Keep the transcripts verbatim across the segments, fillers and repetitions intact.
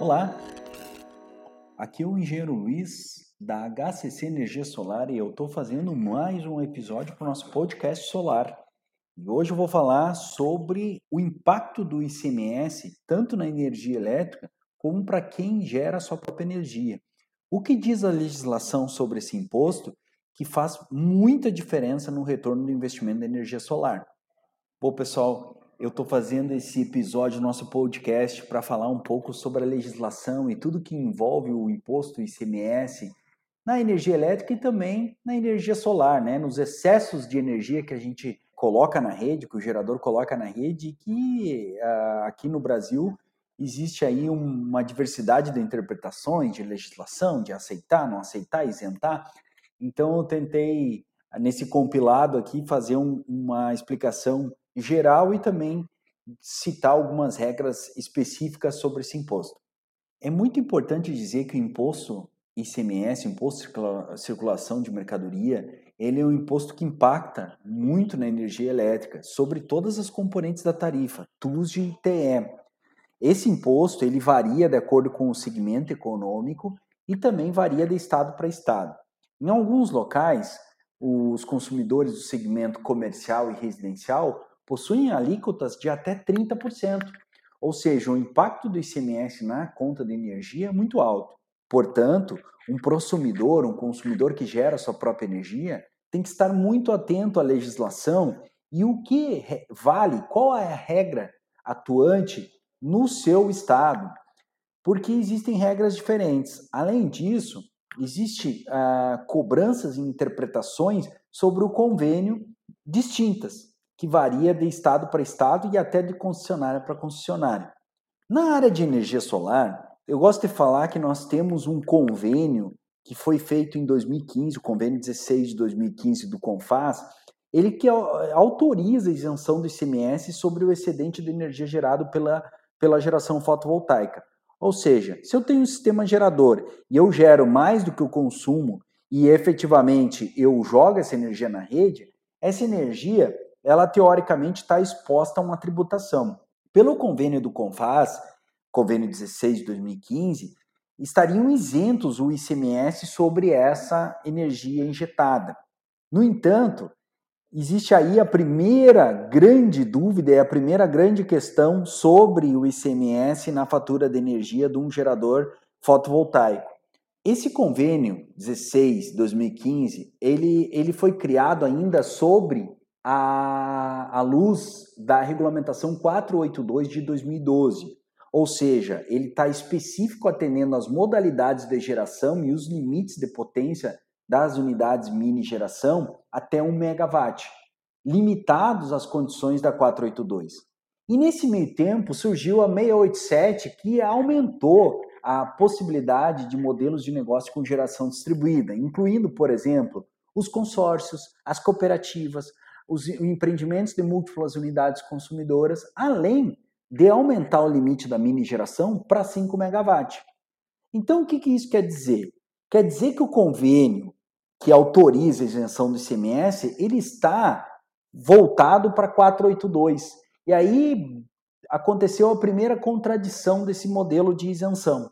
Olá, aqui é o engenheiro Luiz da H C C Energia Solar e eu estou fazendo mais um episódio para o nosso podcast solar. E hoje eu vou falar sobre o impacto do I C M S tanto na energia elétrica como para quem gera a sua própria energia. O que diz a legislação sobre esse imposto que faz muita diferença no retorno do investimento da energia solar? Bom, pessoal, eu estou fazendo esse episódio do nosso podcast para falar um pouco sobre a legislação e tudo que envolve o imposto I C M S na energia elétrica e também na energia solar, né? Nos excessos de energia que a gente coloca na rede, que o gerador coloca na rede, e que uh, aqui no Brasil existe aí uma diversidade de interpretações de legislação, de aceitar, não aceitar, isentar. Então eu tentei, nesse compilado aqui, fazer um, uma explicação geral e também citar algumas regras específicas sobre esse imposto. É muito importante dizer que o imposto I C M S, Imposto de Circulação de Mercadoria, ele é um imposto que impacta muito na energia elétrica, sobre todas as componentes da tarifa, T U S e T E. Esse imposto ele varia de acordo com o segmento econômico e também varia de estado para estado. Em alguns locais, os consumidores do segmento comercial e residencial possuem alíquotas de até trinta por cento, ou seja, o impacto do I C M S na conta de energia é muito alto. Portanto, um prosumidor, um consumidor que gera sua própria energia, tem que estar muito atento à legislação e o que vale, qual é a regra atuante no seu estado, porque existem regras diferentes. Além disso, existem ah, cobranças e interpretações sobre o convênio distintas, que varia de estado para estado e até de concessionária para concessionária. Na área de energia solar, eu gosto de falar que nós temos um convênio que foi feito em dois mil e quinze, o convênio dezesseis de dois mil e quinze do CONFAS, ele que autoriza a isenção do I C M S sobre o excedente de energia gerado pela, pela geração fotovoltaica. Ou seja, se eu tenho um sistema gerador e eu gero mais do que eu consumo e efetivamente eu jogo essa energia na rede, essa energia, ela teoricamente está exposta a uma tributação. Pelo convênio do CONFAS, convênio dezesseis de dois mil e quinze, estariam isentos o I C M S sobre essa energia injetada. No entanto, existe aí a primeira grande dúvida e a primeira grande questão sobre o I C M S na fatura de energia de um gerador fotovoltaico. Esse convênio dezesseis de dois mil e quinze, ele, ele foi criado ainda sobre a, a luz da regulamentação quatrocentos e oitenta e dois de dois mil e doze. Ou seja, ele está específico atendendo às modalidades de geração e os limites de potência das unidades mini geração até um megawatt, limitados às condições da quatrocentos e oitenta e dois. E nesse meio tempo surgiu a seiscentos e oitenta e sete, que aumentou a possibilidade de modelos de negócio com geração distribuída, incluindo, por exemplo, os consórcios, as cooperativas, os empreendimentos de múltiplas unidades consumidoras, além de aumentar o limite da mini geração para cinco megawatts. Então, o que, que isso quer dizer? Quer dizer que o convênio que autoriza a isenção do I C M S, ele está voltado para quatrocentos e oitenta e dois. E aí aconteceu a primeira contradição desse modelo de isenção.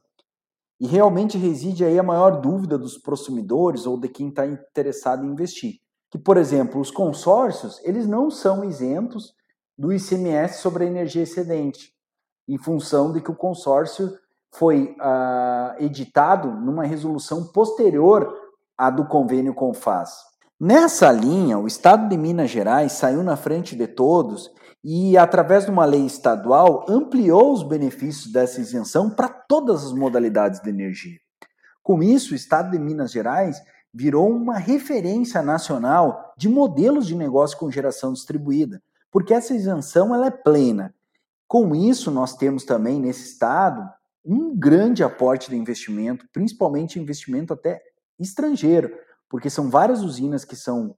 E realmente reside aí a maior dúvida dos prosumidores ou de quem está interessado em investir. Que, por exemplo, os consórcios, eles não são isentos do I C M S sobre a energia excedente, em função de que o consórcio foi uh, editado numa resolução posterior à do convênio CONFAS. Nessa linha, o Estado de Minas Gerais saiu na frente de todos e, através de uma lei estadual, ampliou os benefícios dessa isenção para todas as modalidades de energia. Com isso, o Estado de Minas Gerais virou uma referência nacional de modelos de negócio com geração distribuída, porque essa isenção ela é plena. Com isso, nós temos também nesse estado um grande aporte de investimento, principalmente investimento até estrangeiro, porque são várias usinas que são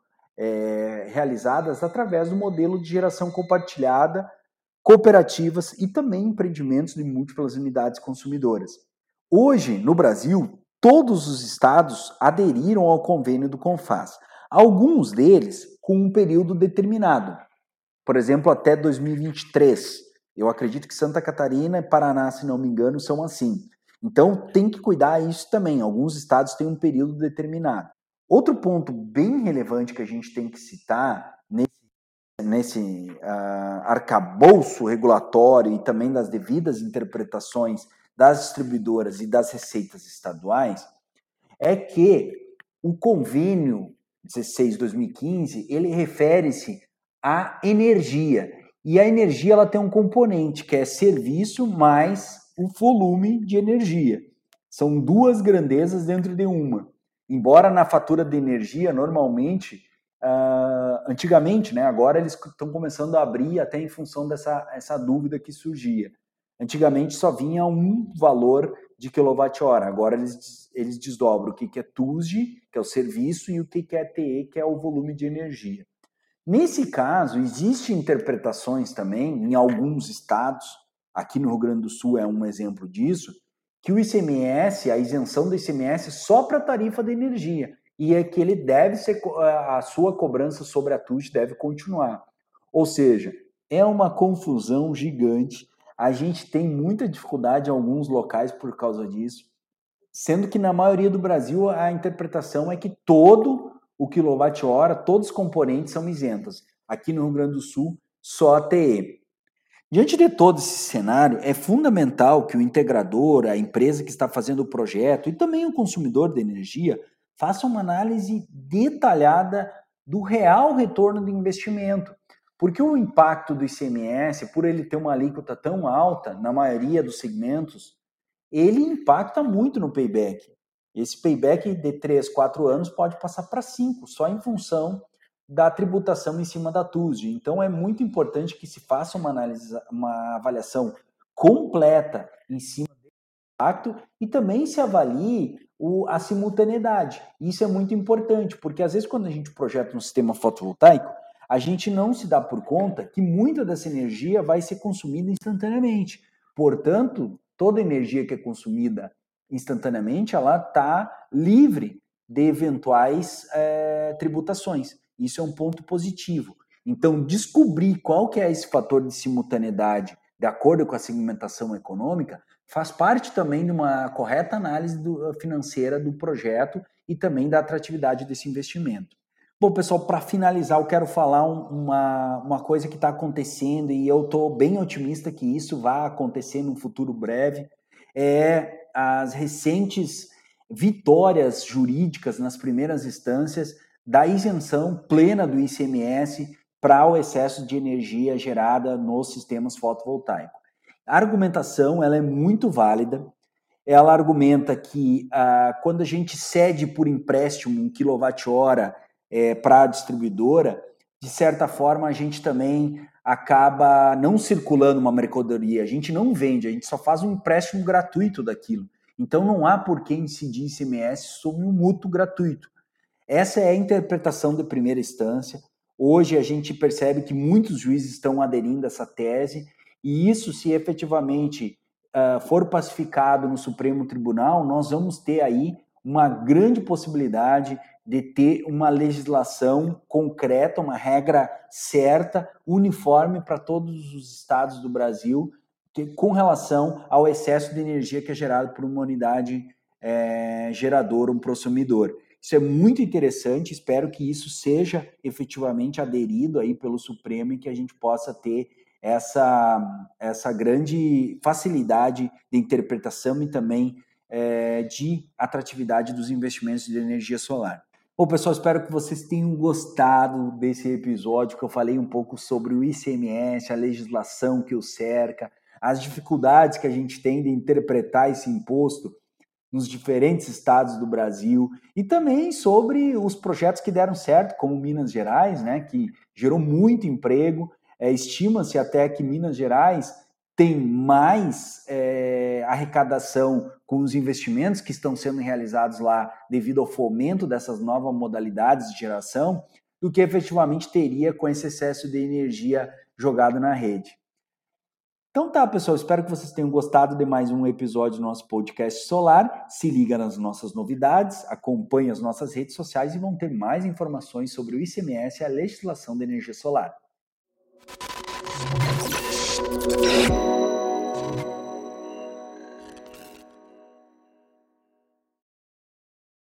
é, realizadas através do modelo de geração compartilhada, cooperativas e também empreendimentos de múltiplas unidades consumidoras. Hoje, no Brasil, todos os estados aderiram ao convênio do CONFAS, alguns deles com um período determinado, por exemplo, até dois mil e vinte e três. Eu acredito que Santa Catarina e Paraná, se não me engano, são assim. Então, tem que cuidar isso também. Alguns estados têm um período determinado. Outro ponto bem relevante que a gente tem que citar nesse, nesse uh, arcabouço regulatório e também das devidas interpretações das distribuidoras e das receitas estaduais é que o convênio dezesseis de dois mil e quinze, ele refere-se à energia. E a energia ela tem um componente que é serviço mais o volume de energia. São duas grandezas dentro de uma. Embora na fatura de energia, normalmente, uh, antigamente, né, agora eles estão começando a abrir até em função dessa essa dúvida que surgia. Antigamente só vinha um valor de quilowatt-hora, agora eles, eles desdobram o que, que é T U S D, que é o serviço, e o que, que é T E, que é o volume de energia. Nesse caso, existem interpretações também, em alguns estados, aqui no Rio Grande do Sul é um exemplo disso, que o I C M S, a isenção do I C M S é só para a tarifa de energia, e é que ele deve ser, a sua cobrança sobre a T U S D deve continuar. Ou seja, é uma confusão gigante, a gente tem muita dificuldade em alguns locais por causa disso, sendo que na maioria do Brasil a interpretação é que todo o quilowatt-hora, todos os componentes são isentos. Aqui no Rio Grande do Sul, só a T E. Diante de todo esse cenário, é fundamental que o integrador, a empresa que está fazendo o projeto e também o consumidor de energia faça uma análise detalhada do real retorno do investimento. Porque o impacto do I C M S, por ele ter uma alíquota tão alta na maioria dos segmentos, ele impacta muito no payback. Esse payback de três, quatro anos pode passar para cinco, só em função da tributação em cima da T U S D. Então, é muito importante que se faça uma análise, uma avaliação completa em cima do impacto e também se avalie o, a simultaneidade. Isso é muito importante, porque às vezes quando a gente projeta um sistema fotovoltaico, a gente não se dá por conta que muita dessa energia vai ser consumida instantaneamente. Portanto, toda energia que é consumida instantaneamente, ela está livre de eventuais é, tributações. Isso é um ponto positivo. Então, descobrir qual que é esse fator de simultaneidade de acordo com a segmentação econômica faz parte também de uma correta análise do, financeira do projeto e também da atratividade desse investimento. Bom, pessoal, para finalizar, eu quero falar uma, uma coisa que está acontecendo e eu estou bem otimista que isso vai acontecer num futuro breve, é as recentes vitórias jurídicas nas primeiras instâncias da isenção plena do I C M S para o excesso de energia gerada nos sistemas fotovoltaicos. A argumentação ela é muito válida. Ela argumenta que ah, quando a gente cede por empréstimo um quilowatt-hora é, para a distribuidora, de certa forma a gente também acaba não circulando uma mercadoria, a gente não vende, a gente só faz um empréstimo gratuito daquilo. Então não há por que incidir I C M S sobre um mútuo gratuito. Essa é a interpretação de primeira instância. Hoje a gente percebe que muitos juízes estão aderindo a essa tese, e isso, se efetivamente uh, for pacificado no Supremo Tribunal, nós vamos ter aí uma grande possibilidade de ter uma legislação concreta, uma regra certa, uniforme para todos os estados do Brasil, que, com relação ao excesso de energia que é gerado por uma unidade é, geradora, um consumidor. Isso é muito interessante, espero que isso seja efetivamente aderido aí pelo Supremo e que a gente possa ter essa, essa grande facilidade de interpretação e também é, de atratividade dos investimentos de energia solar. Bom, pessoal, espero que vocês tenham gostado desse episódio, que eu falei um pouco sobre o I C M S, a legislação que o cerca, as dificuldades que a gente tem de interpretar esse imposto nos diferentes estados do Brasil e também sobre os projetos que deram certo, como Minas Gerais, né, que gerou muito emprego. É, estima-se até que Minas Gerais tem mais é, arrecadação com os investimentos que estão sendo realizados lá devido ao fomento dessas novas modalidades de geração do que efetivamente teria com esse excesso de energia jogado na rede. Então tá, pessoal, espero que vocês tenham gostado de mais um episódio do nosso podcast solar. Se liga nas nossas novidades, acompanhe as nossas redes sociais e vão ter mais informações sobre o I C M S e a legislação da energia solar.